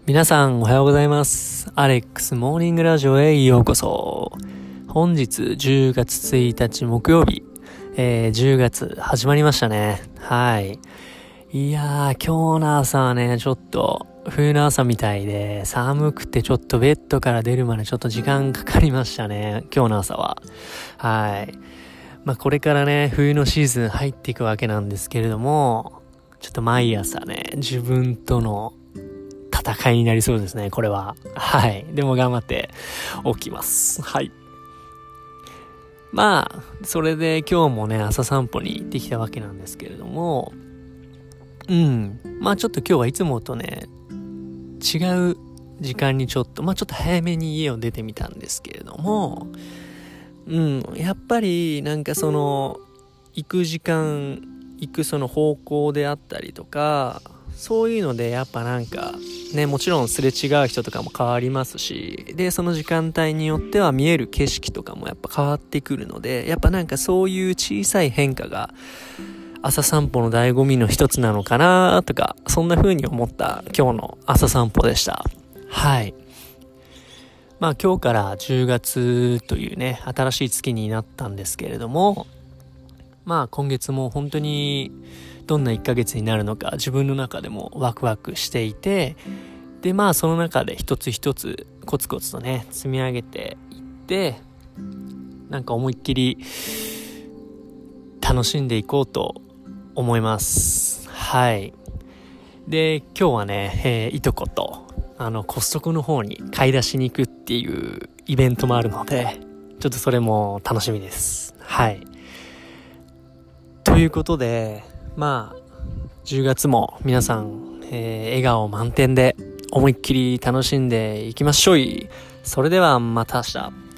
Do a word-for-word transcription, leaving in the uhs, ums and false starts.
皆さんおはようございます。アレックスモーニングラジオへようこそ。本日じゅうがつついたち木曜日、えー、じゅうがつ始まりましたね。はい。いやー、今日の朝はね、ちょっと冬の朝みたいで寒くてちょっとベッドから出るまでちょっと時間かかりましたね。今日の朝は。はい。まあこれからね、冬のシーズン入っていくわけなんですけれども、ちょっと毎朝ね、自分との戦いになりそうですね、これは。はい。でも頑張って起きます。はい。まあ、それで今日もね、朝散歩に行ってきたわけなんですけれども、うん。まあちょっと今日はいつもとね、違う時間にちょっと、まあちょっと早めに家を出てみたんですけれども、うん。やっぱりなんかその、行く時間、行くその方向であったりとか、そういうのでやっぱなんかね、もちろんすれ違う人とかも変わりますし、でその時間帯によっては見える景色とかもやっぱ変わってくるので、やっぱなんかそういう小さい変化が朝散歩の醍醐味の一つなのかなとか、そんな風に思った今日の朝散歩でした。はい。まあ今日からじゅうがつというね、新しい月になったんですけれども、まあ今月も本当にどんないっかげつになるのか自分の中でもワクワクしていて、でまあその中で一つ一つコツコツとね積み上げていって、なんか思いっきり楽しんでいこうと思います。はい。で今日はね、えー、いとことあのコストコの方に買い出しに行くっていうイベントもあるので、ちょっとそれも楽しみです。はい。ということで、まあじゅうがつも皆さん、えー、笑顔満点で思いっきり楽しんでいきましょう。それではまた明日。